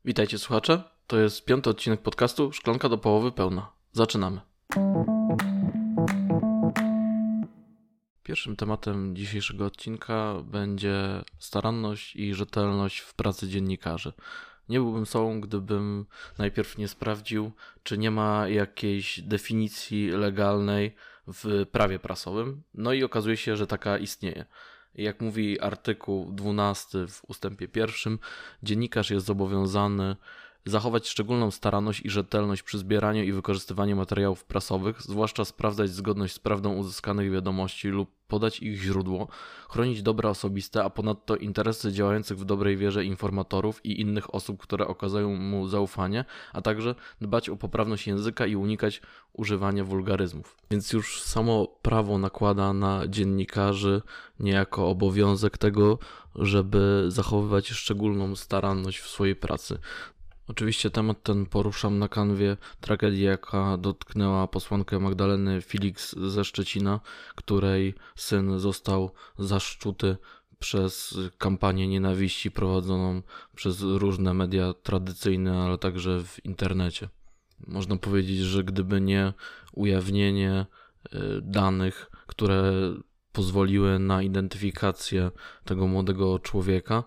Witajcie słuchacze, to jest 5. odcinek podcastu Szklanka do połowy pełna. Zaczynamy. Pierwszym tematem dzisiejszego odcinka będzie staranność i rzetelność w pracy dziennikarzy. Nie byłbym sobą, gdybym najpierw nie sprawdził, czy nie ma jakiejś definicji legalnej w prawie prasowym. No i okazuje się, że taka istnieje. Jak mówi artykuł 12 w ustępie 1, dziennikarz jest zobowiązany zachować szczególną staranność i rzetelność przy zbieraniu i wykorzystywaniu materiałów prasowych, zwłaszcza sprawdzać zgodność z prawdą uzyskanych wiadomości lub podać ich źródło, chronić dobra osobiste, a ponadto interesy działających w dobrej wierze informatorów i innych osób, które okazują mu zaufanie, a także dbać o poprawność języka i unikać używania wulgaryzmów. Więc już samo prawo nakłada na dziennikarzy niejako obowiązek tego, żeby zachowywać szczególną staranność w swojej pracy. Oczywiście temat ten poruszam na kanwie tragedii, jaka dotknęła posłankę Magdalenę Felix ze Szczecina, której syn został zaszczuty przez kampanię nienawiści prowadzoną przez różne media tradycyjne, ale także w internecie. Można powiedzieć, że gdyby nie ujawnienie danych, które pozwoliły na identyfikację tego młodego człowieka,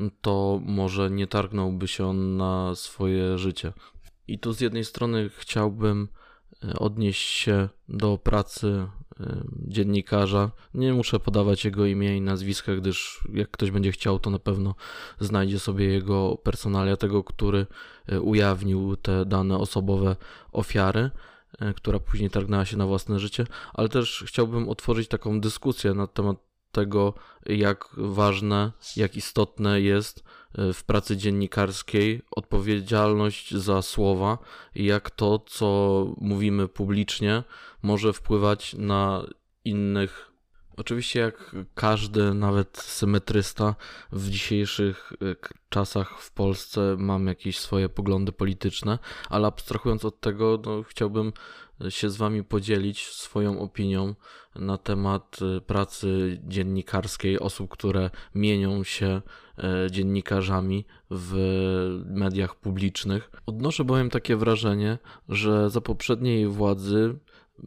to może nie targnąłby się on na swoje życie. I tu z jednej strony chciałbym odnieść się do pracy dziennikarza. Nie muszę podawać jego imienia i nazwiska, gdyż jak ktoś będzie chciał, to na pewno znajdzie sobie jego personalia, tego, który ujawnił te dane osobowe ofiary, która później targnęła się na własne życie, ale też chciałbym otworzyć taką dyskusję na temat tego, jak ważne, jak istotne jest w pracy dziennikarskiej odpowiedzialność za słowa i jak to, co mówimy publicznie, może wpływać na innych. Oczywiście jak każdy, nawet symetrysta w dzisiejszych czasach w Polsce mam jakieś swoje poglądy polityczne, ale abstrahując od tego, chciałbym się z wami podzielić swoją opinią na temat pracy dziennikarskiej osób, które mienią się dziennikarzami w mediach publicznych. Odnoszę bowiem takie wrażenie, że za poprzedniej władzy,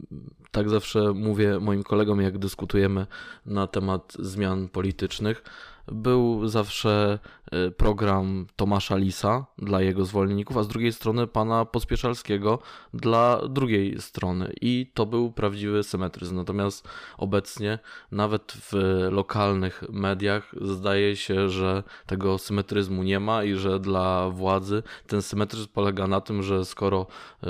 tak zawsze mówię moim kolegom, jak dyskutujemy na temat zmian politycznych, był zawsze program Tomasza Lisa dla jego zwolenników, a z drugiej strony pana Pospieszalskiego dla drugiej strony. I to był prawdziwy symetryzm. Natomiast obecnie nawet w lokalnych mediach zdaje się, że tego symetryzmu nie ma i że dla władzy ten symetryzm polega na tym, że skoro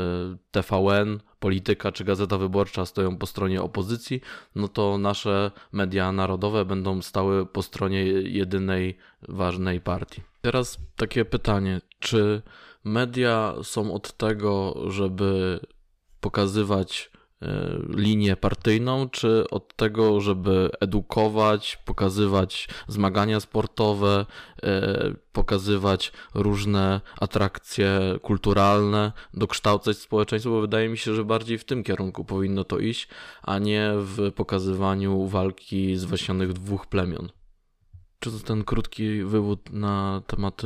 TVN, Polityka czy Gazeta Wyborcza stoją po stronie opozycji, no to nasze media narodowe będą stały po stronie jedynej ważnej partii. Teraz takie pytanie, czy media są od tego, żeby pokazywać linię partyjną, czy od tego, żeby edukować, pokazywać zmagania sportowe, pokazywać różne atrakcje kulturalne, dokształcać społeczeństwo, bo wydaje mi się, że bardziej w tym kierunku powinno to iść, a nie w pokazywaniu walki zwaśnionych dwóch plemion. Czy to ten krótki wywód na tematy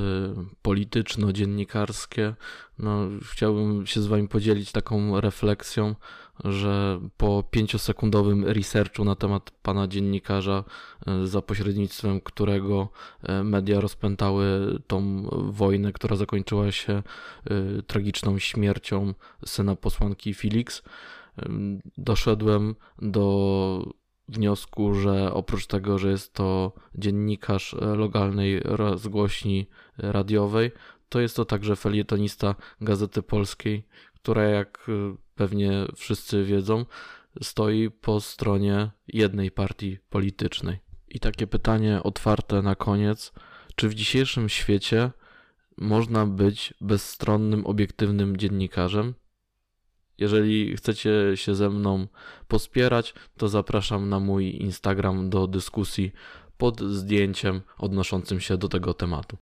polityczno-dziennikarskie? Chciałbym się z wami podzielić taką refleksją, że po 5-sekundowym researchu na temat pana dziennikarza, za pośrednictwem którego media rozpętały tą wojnę, która zakończyła się tragiczną śmiercią syna posłanki Felix, doszedłem do wniosku, że oprócz tego, że jest to dziennikarz lokalnej rozgłośni radiowej, to jest to także felietonista Gazety Polskiej, która, jak pewnie wszyscy wiedzą, stoi po stronie jednej partii politycznej. I takie pytanie otwarte na koniec: czy w dzisiejszym świecie można być bezstronnym, obiektywnym dziennikarzem? Jeżeli chcecie się ze mną pospierać, to zapraszam na mój Instagram do dyskusji pod zdjęciem odnoszącym się do tego tematu.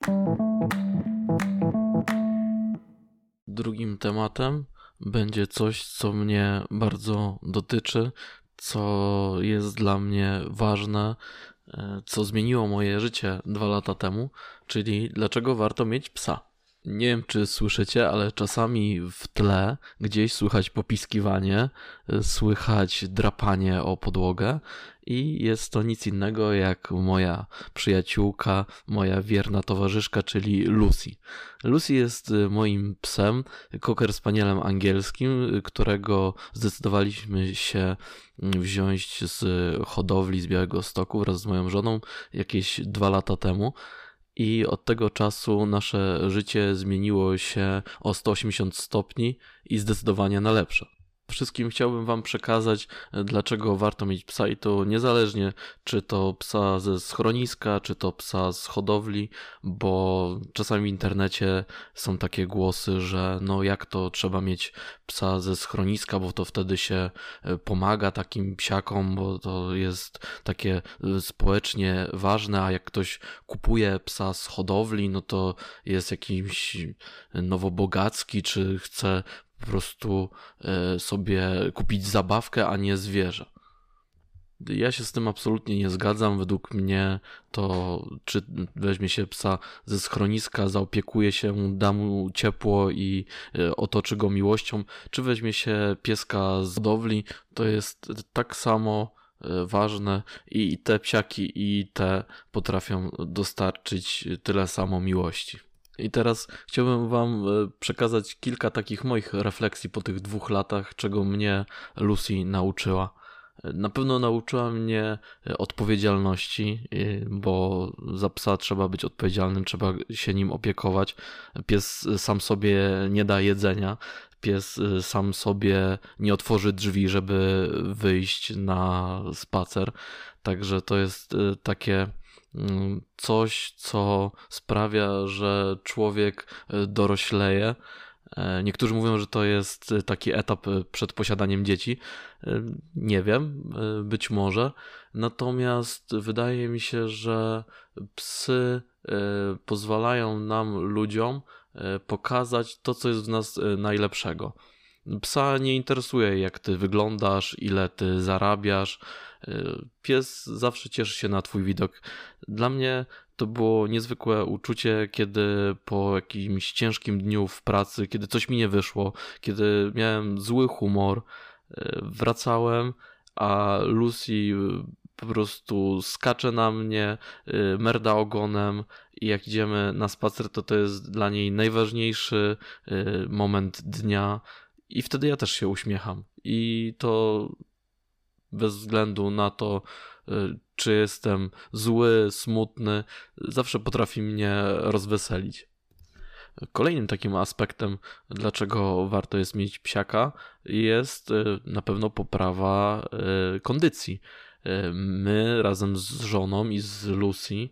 Drugim tematem będzie coś, co mnie bardzo dotyczy, co jest dla mnie ważne, co zmieniło moje życie 2 lata temu, czyli dlaczego warto mieć psa. Nie wiem, czy słyszycie, ale czasami w tle gdzieś słychać popiskiwanie, słychać drapanie o podłogę i jest to nic innego jak moja przyjaciółka, moja wierna towarzyszka, czyli Lucy. Lucy jest moim psem, cocker spanielem angielskim, którego zdecydowaliśmy się wziąć z hodowli z Białegostoku wraz z moją żoną jakieś 2 lata temu. I od tego czasu nasze życie zmieniło się o 180 stopni i zdecydowanie na lepsze. Wszystkim chciałbym Wam przekazać, dlaczego warto mieć psa i to niezależnie, czy to psa ze schroniska, czy to psa z hodowli, bo czasami w internecie są takie głosy, że no jak to trzeba mieć psa ze schroniska, bo to wtedy się pomaga takim psiakom, bo to jest takie społecznie ważne, a jak ktoś kupuje psa z hodowli, no to jest jakimś nowobogacki, czy chce po prostu sobie kupić zabawkę, a nie zwierzę. Ja się z tym absolutnie nie zgadzam. Według mnie to, czy weźmie się psa ze schroniska, zaopiekuje się, da mu ciepło i otoczy go miłością, czy weźmie się pieska z hodowli, to jest tak samo ważne i te psiaki i te potrafią dostarczyć tyle samo miłości. I teraz chciałbym Wam przekazać kilka takich moich refleksji po tych 2 latach, czego mnie Lucy nauczyła. Na pewno nauczyła mnie odpowiedzialności, bo za psa trzeba być odpowiedzialnym, trzeba się nim opiekować. Pies sam sobie nie da jedzenia, pies sam sobie nie otworzy drzwi, żeby wyjść na spacer. Także to jest takie coś, co sprawia, że człowiek dorośleje. Niektórzy mówią, że to jest taki etap przed posiadaniem dzieci. Nie wiem, być może. Natomiast wydaje mi się, że psy pozwalają nam, ludziom, pokazać to, co jest w nas najlepszego. Psa nie interesuje, jak ty wyglądasz, ile ty zarabiasz. Pies zawsze cieszy się na twój widok. Dla mnie to było niezwykłe uczucie, kiedy po jakimś ciężkim dniu w pracy, kiedy coś mi nie wyszło, kiedy miałem zły humor, wracałem, a Lucy po prostu skacze na mnie, merda ogonem i jak idziemy na spacer, to jest dla niej najważniejszy moment dnia i wtedy ja też się uśmiecham. I to bez względu na to, czy jestem zły, smutny, zawsze potrafi mnie rozweselić. Kolejnym takim aspektem, dlaczego warto jest mieć psiaka, jest na pewno poprawa kondycji. My razem z żoną i z Lucy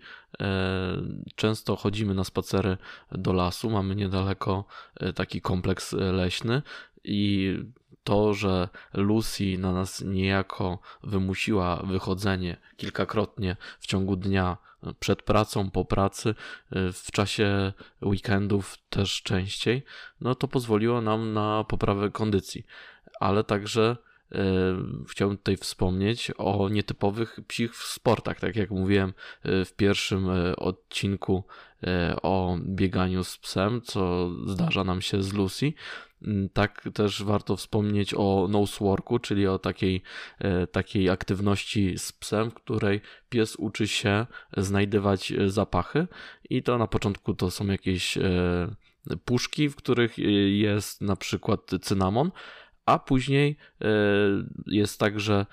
często chodzimy na spacery do lasu, mamy niedaleko taki kompleks leśny i to, że Lucy na nas niejako wymusiła wychodzenie kilkakrotnie w ciągu dnia, przed pracą, po pracy, w czasie weekendów też częściej, no to pozwoliło nam na poprawę kondycji, ale także chciałbym tutaj wspomnieć o nietypowych psich sportach, tak jak mówiłem w pierwszym odcinku o bieganiu z psem, co zdarza nam się z Lucy. Tak też warto wspomnieć o noseworku, czyli o takiej aktywności z psem, w której pies uczy się znajdywać zapachy i to na początku to są jakieś puszki, w których jest na przykład cynamon, a później jest tak, że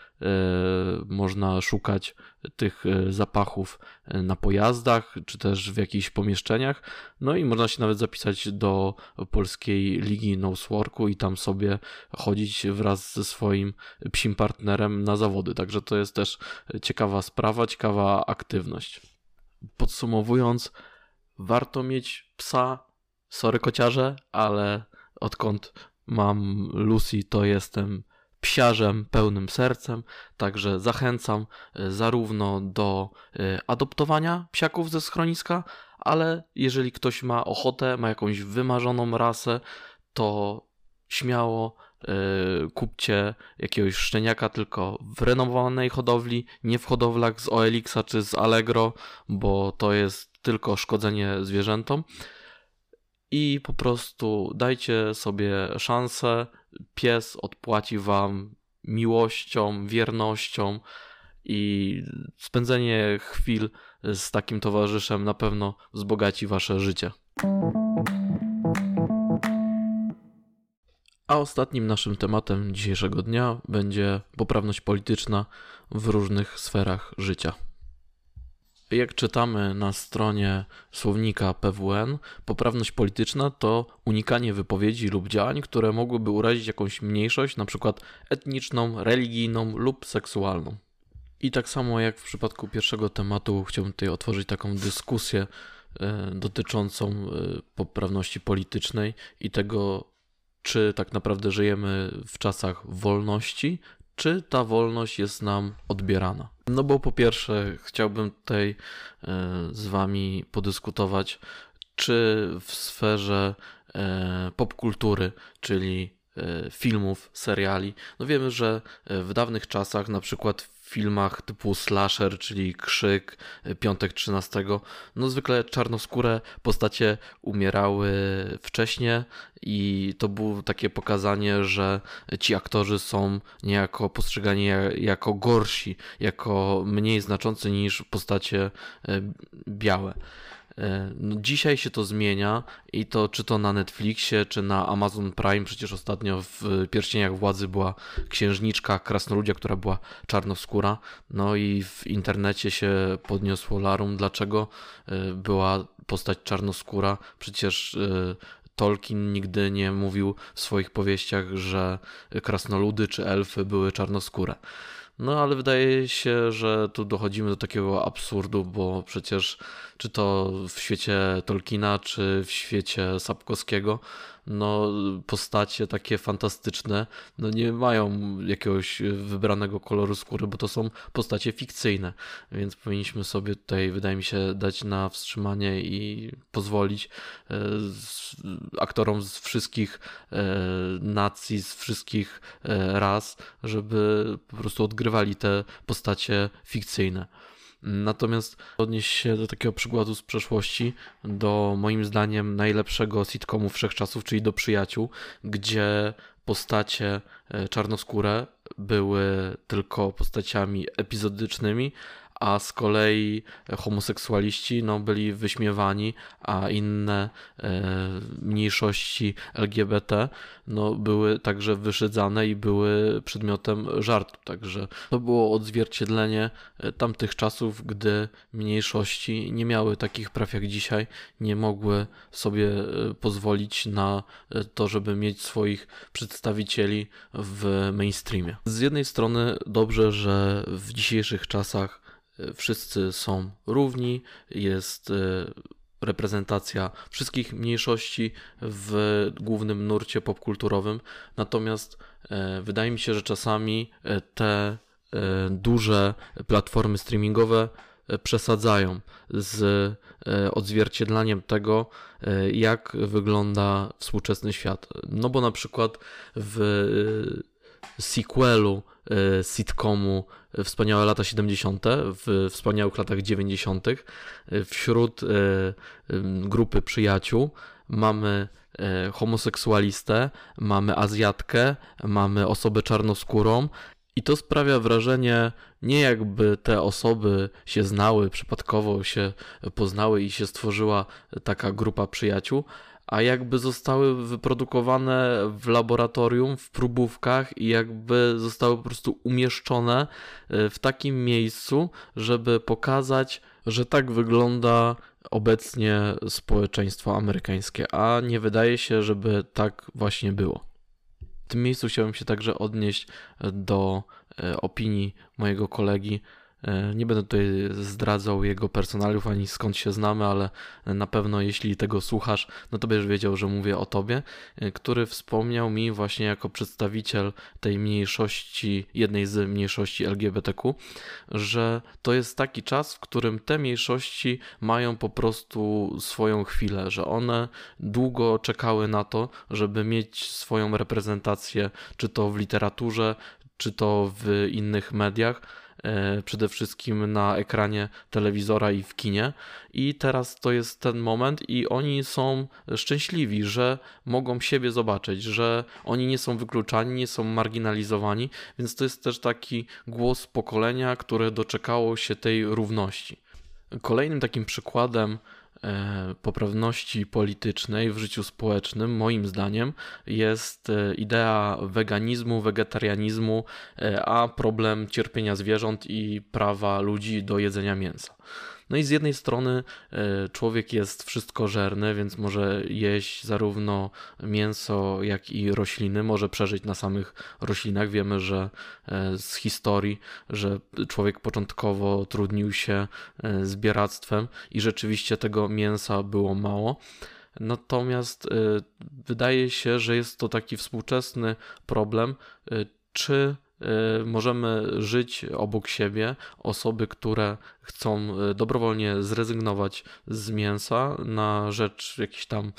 można szukać tych zapachów na pojazdach, czy też w jakichś pomieszczeniach. No i można się nawet zapisać do polskiej ligi noseworku i tam sobie chodzić wraz ze swoim psim partnerem na zawody. Także to jest też ciekawa sprawa, ciekawa aktywność. Podsumowując, warto mieć psa. Sorry kociarze, ale odkąd mam Lucy, to jestem psiarzem pełnym sercem, także zachęcam zarówno do adoptowania psiaków ze schroniska, ale jeżeli ktoś ma ochotę, ma jakąś wymarzoną rasę, to śmiało kupcie jakiegoś szczeniaka, tylko w renomowanej hodowli, nie w hodowlach z OLX-a czy z Allegro, bo to jest tylko szkodzenie zwierzętom. i po prostu dajcie sobie szansę. Pies odpłaci wam miłością, wiernością i spędzenie chwil z takim towarzyszem na pewno wzbogaci wasze życie. A ostatnim naszym tematem dzisiejszego dnia będzie poprawność polityczna w różnych sferach życia. Jak czytamy na stronie słownika PWN, poprawność polityczna to unikanie wypowiedzi lub działań, które mogłyby urazić jakąś mniejszość, np. etniczną, religijną lub seksualną. I tak samo jak w przypadku pierwszego tematu chciałbym tutaj otworzyć taką dyskusję dotyczącą poprawności politycznej i tego, czy tak naprawdę żyjemy w czasach wolności, czy ta wolność jest nam odbierana. No bo po pierwsze chciałbym tutaj z wami podyskutować, czy w sferze popkultury, czyli filmów, seriali, no wiemy, że w dawnych czasach, na przykład w filmach typu slasher, czyli Krzyk, Piątek 13, no zwykle czarnoskóre postacie umierały wcześnie i to było takie pokazanie, że ci aktorzy są niejako postrzegani jako gorsi, jako mniej znaczący niż postacie białe. No dzisiaj się to zmienia i to czy to na Netflixie, czy na Amazon Prime, przecież ostatnio w Pierścieniach Władzy była księżniczka krasnoludzia, która była czarnoskóra, no i w internecie się podniosło larum, dlaczego była postać czarnoskóra, przecież Tolkien nigdy nie mówił w swoich powieściach, że krasnoludy czy elfy były czarnoskóre. No ale wydaje się, że tu dochodzimy do takiego absurdu, bo przecież czy to w świecie Tolkiena, czy w świecie Sapkowskiego, no postacie takie fantastyczne, no nie mają jakiegoś wybranego koloru skóry, bo to są postacie fikcyjne, więc powinniśmy sobie tutaj, wydaje mi się, dać na wstrzymanie i pozwolić aktorom z wszystkich nacji, z wszystkich ras, żeby po prostu odgrywali te postacie fikcyjne. Natomiast odnieść się do takiego przykładu z przeszłości, do moim zdaniem najlepszego sitcomu wszechczasów, czyli do Przyjaciół, gdzie postacie czarnoskóre były tylko postaciami epizodycznymi, a z kolei homoseksualiści byli wyśmiewani, a inne mniejszości LGBT były także wyszydzane i były przedmiotem żartu. Także to było odzwierciedlenie tamtych czasów, gdy mniejszości nie miały takich praw jak dzisiaj, nie mogły sobie pozwolić na to, żeby mieć swoich przedstawicieli w mainstreamie. Z jednej strony dobrze, że w dzisiejszych czasach wszyscy są równi, jest reprezentacja wszystkich mniejszości w głównym nurcie popkulturowym, natomiast wydaje mi się, że czasami te duże platformy streamingowe przesadzają z odzwierciedlaniem tego, jak wygląda współczesny świat. No bo na przykład w sequelu sitcomu Wspaniałe lata 70. w wspaniałych latach 90. wśród grupy przyjaciół mamy homoseksualistę, mamy Azjatkę, mamy osobę czarnoskórą i to sprawia wrażenie, nie jakby te osoby się znały, przypadkowo się poznały i się stworzyła taka grupa przyjaciół, a jakby zostały wyprodukowane w laboratorium, w próbówkach i jakby zostały po prostu umieszczone w takim miejscu, żeby pokazać, że tak wygląda obecnie społeczeństwo amerykańskie, a nie wydaje się, żeby tak właśnie było. W tym miejscu chciałem się także odnieść do opinii mojego kolegi. Nie będę tutaj zdradzał jego personaliów ani skąd się znamy, ale na pewno jeśli tego słuchasz, no to będziesz wiedział, że mówię o tobie, który wspomniał mi właśnie jako przedstawiciel tej mniejszości, jednej z mniejszości LGBTQ, że to jest taki czas, w którym te mniejszości mają po prostu swoją chwilę, że one długo czekały na to, żeby mieć swoją reprezentację, czy to w literaturze, czy to w innych mediach, przede wszystkim na ekranie telewizora i w kinie. I teraz to jest ten moment i oni są szczęśliwi, że mogą siebie zobaczyć, że oni nie są wykluczani, nie są marginalizowani, więc to jest też taki głos pokolenia, które doczekało się tej równości. Kolejnym takim przykładem poprawności politycznej w życiu społecznym, moim zdaniem, jest idea weganizmu, wegetarianizmu, a problem cierpienia zwierząt i prawa ludzi do jedzenia mięsa. No i z jednej strony człowiek jest wszystkożerny, więc może jeść zarówno mięso, jak i rośliny, może przeżyć na samych roślinach. Wiemy, że z historii, że człowiek początkowo trudnił się zbieractwem i rzeczywiście tego mięsa było mało. Natomiast wydaje się, że jest to taki współczesny problem, czy możemy żyć obok siebie osoby, które chcą dobrowolnie zrezygnować z mięsa na rzecz jakichś tam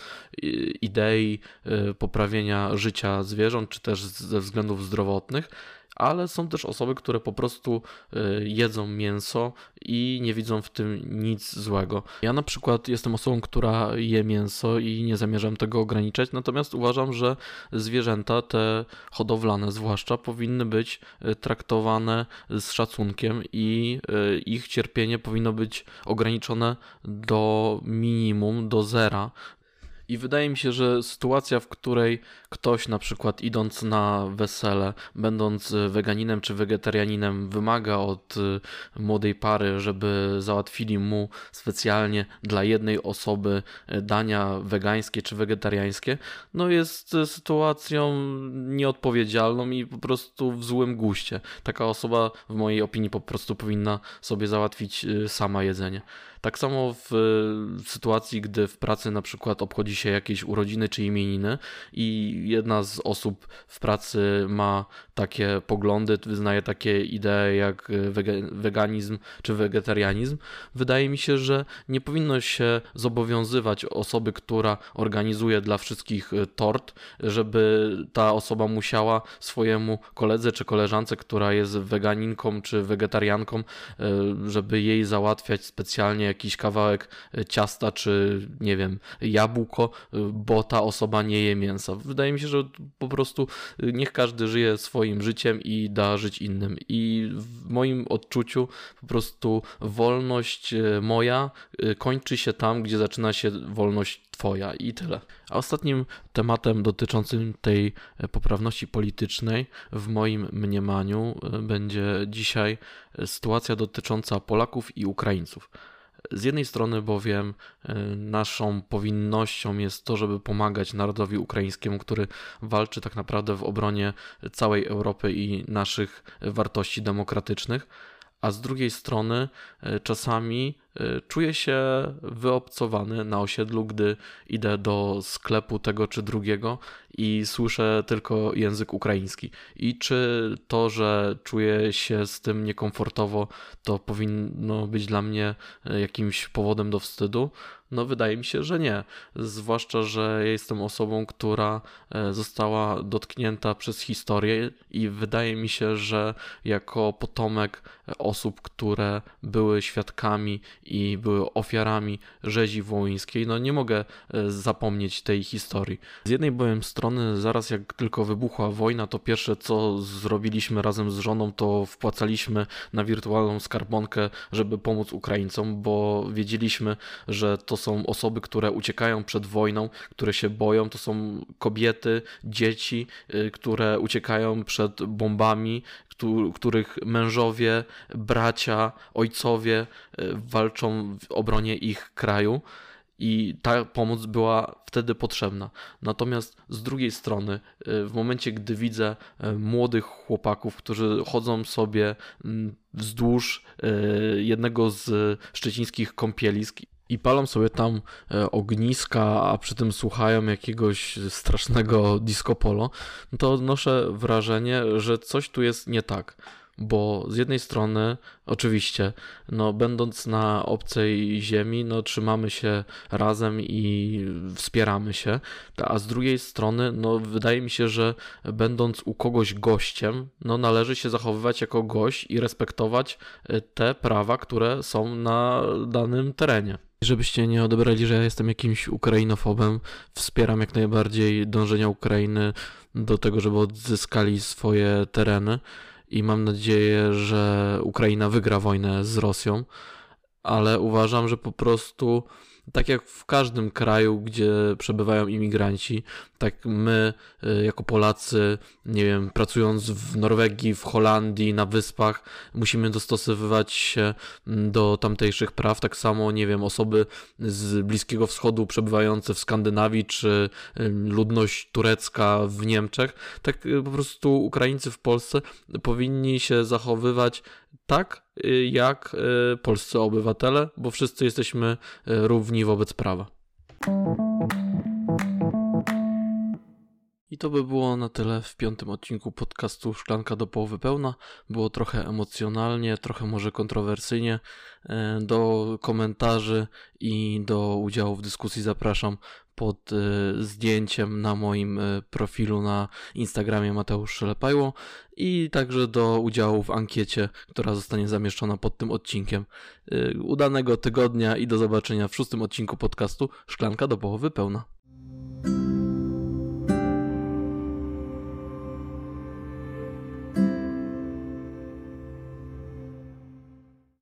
idei poprawienia życia zwierząt, czy też ze względów zdrowotnych, ale są też osoby, które po prostu jedzą mięso i nie widzą w tym nic złego. Ja na przykład jestem osobą, która je mięso i nie zamierzam tego ograniczać, natomiast uważam, że zwierzęta, te hodowlane zwłaszcza, powinny być traktowane z szacunkiem i ich cierpienie powinno być ograniczone do minimum, do zera. I wydaje mi się, że sytuacja, w której ktoś na przykład idąc na wesele, będąc weganinem czy wegetarianinem, wymaga od młodej pary, żeby załatwili mu specjalnie dla jednej osoby dania wegańskie czy wegetariańskie, no jest sytuacją nieodpowiedzialną i po prostu w złym guście. Taka osoba w mojej opinii po prostu powinna sobie załatwić sama jedzenie. Tak samo w sytuacji, gdy w pracy na przykład obchodzi się jakieś urodziny czy imieniny i jedna z osób w pracy ma takie poglądy, wyznaje takie idee jak weganizm czy wegetarianizm, wydaje mi się, że nie powinno się zobowiązywać osoby, która organizuje dla wszystkich tort, żeby ta osoba musiała swojemu koledze czy koleżance, która jest weganinką czy wegetarianką, żeby jej załatwiać specjalnie jakiś kawałek ciasta, czy nie wiem, jabłko, bo ta osoba nie je mięsa. Wydaje mi się, że po prostu niech każdy żyje swoim życiem i da żyć innym. I w moim odczuciu po prostu wolność moja kończy się tam, gdzie zaczyna się wolność twoja i tyle. A ostatnim tematem dotyczącym tej poprawności politycznej w moim mniemaniu będzie dzisiaj sytuacja dotycząca Polaków i Ukraińców. Z jednej strony bowiem naszą powinnością jest to, żeby pomagać narodowi ukraińskiemu, który walczy tak naprawdę w obronie całej Europy i naszych wartości demokratycznych, a z drugiej strony czasami czuję się wyobcowany na osiedlu, gdy idę do sklepu tego czy drugiego i słyszę tylko język ukraiński. I czy to, że czuję się z tym niekomfortowo, to powinno być dla mnie jakimś powodem do wstydu? No wydaje mi się, że nie. Zwłaszcza, że ja jestem osobą, która została dotknięta przez historię i wydaje mi się, że jako potomek osób, które były świadkami i były ofiarami rzezi wołyńskiej, no nie mogę zapomnieć tej historii. Z jednej bowiem strony, zaraz jak tylko wybuchła wojna, to pierwsze co zrobiliśmy razem z żoną, to wpłacaliśmy na wirtualną skarbonkę, żeby pomóc Ukraińcom, bo wiedzieliśmy, że to są osoby, które uciekają przed wojną, które się boją, to są kobiety, dzieci, które uciekają przed bombami, których mężowie, bracia, ojcowie walczą w obronie ich kraju i ta pomoc była wtedy potrzebna. Natomiast z drugiej strony, w momencie, gdy widzę młodych chłopaków, którzy chodzą sobie wzdłuż jednego z szczecińskich kąpielisk i palą sobie tam ogniska, a przy tym słuchają jakiegoś strasznego disco polo, to odnoszę wrażenie, że coś tu jest nie tak. bo z jednej strony oczywiście, będąc na obcej ziemi, trzymamy się razem i wspieramy się, a z drugiej strony, wydaje mi się, że będąc u kogoś gościem, należy się zachowywać jako gość i respektować te prawa, które są na danym terenie. Żebyście nie odebrali, że ja jestem jakimś ukrainofobem, wspieram jak najbardziej dążenia Ukrainy do tego, żeby odzyskali swoje tereny i mam nadzieję, że Ukraina wygra wojnę z Rosją, ale uważam, że po prostu tak jak w każdym kraju, gdzie przebywają imigranci, tak my jako Polacy, nie wiem, pracując w Norwegii, w Holandii, na Wyspach, musimy dostosowywać się do tamtejszych praw. Tak samo, nie wiem, osoby z Bliskiego Wschodu przebywające w Skandynawii, czy ludność turecka w Niemczech, tak po prostu Ukraińcy w Polsce powinni się zachowywać tak jak polscy obywatele, bo wszyscy jesteśmy równi wobec prawa. I to by było na tyle w 5. odcinku podcastu Szklanka do połowy pełna. Było trochę emocjonalnie, trochę może kontrowersyjnie. Do komentarzy i do udziału w dyskusji zapraszam pod zdjęciem na moim profilu na Instagramie Mateusz Szelepajło i także do udziału w ankiecie, która zostanie zamieszczona pod tym odcinkiem. Udanego tygodnia i do zobaczenia w 6. odcinku podcastu Szklanka do połowy pełna.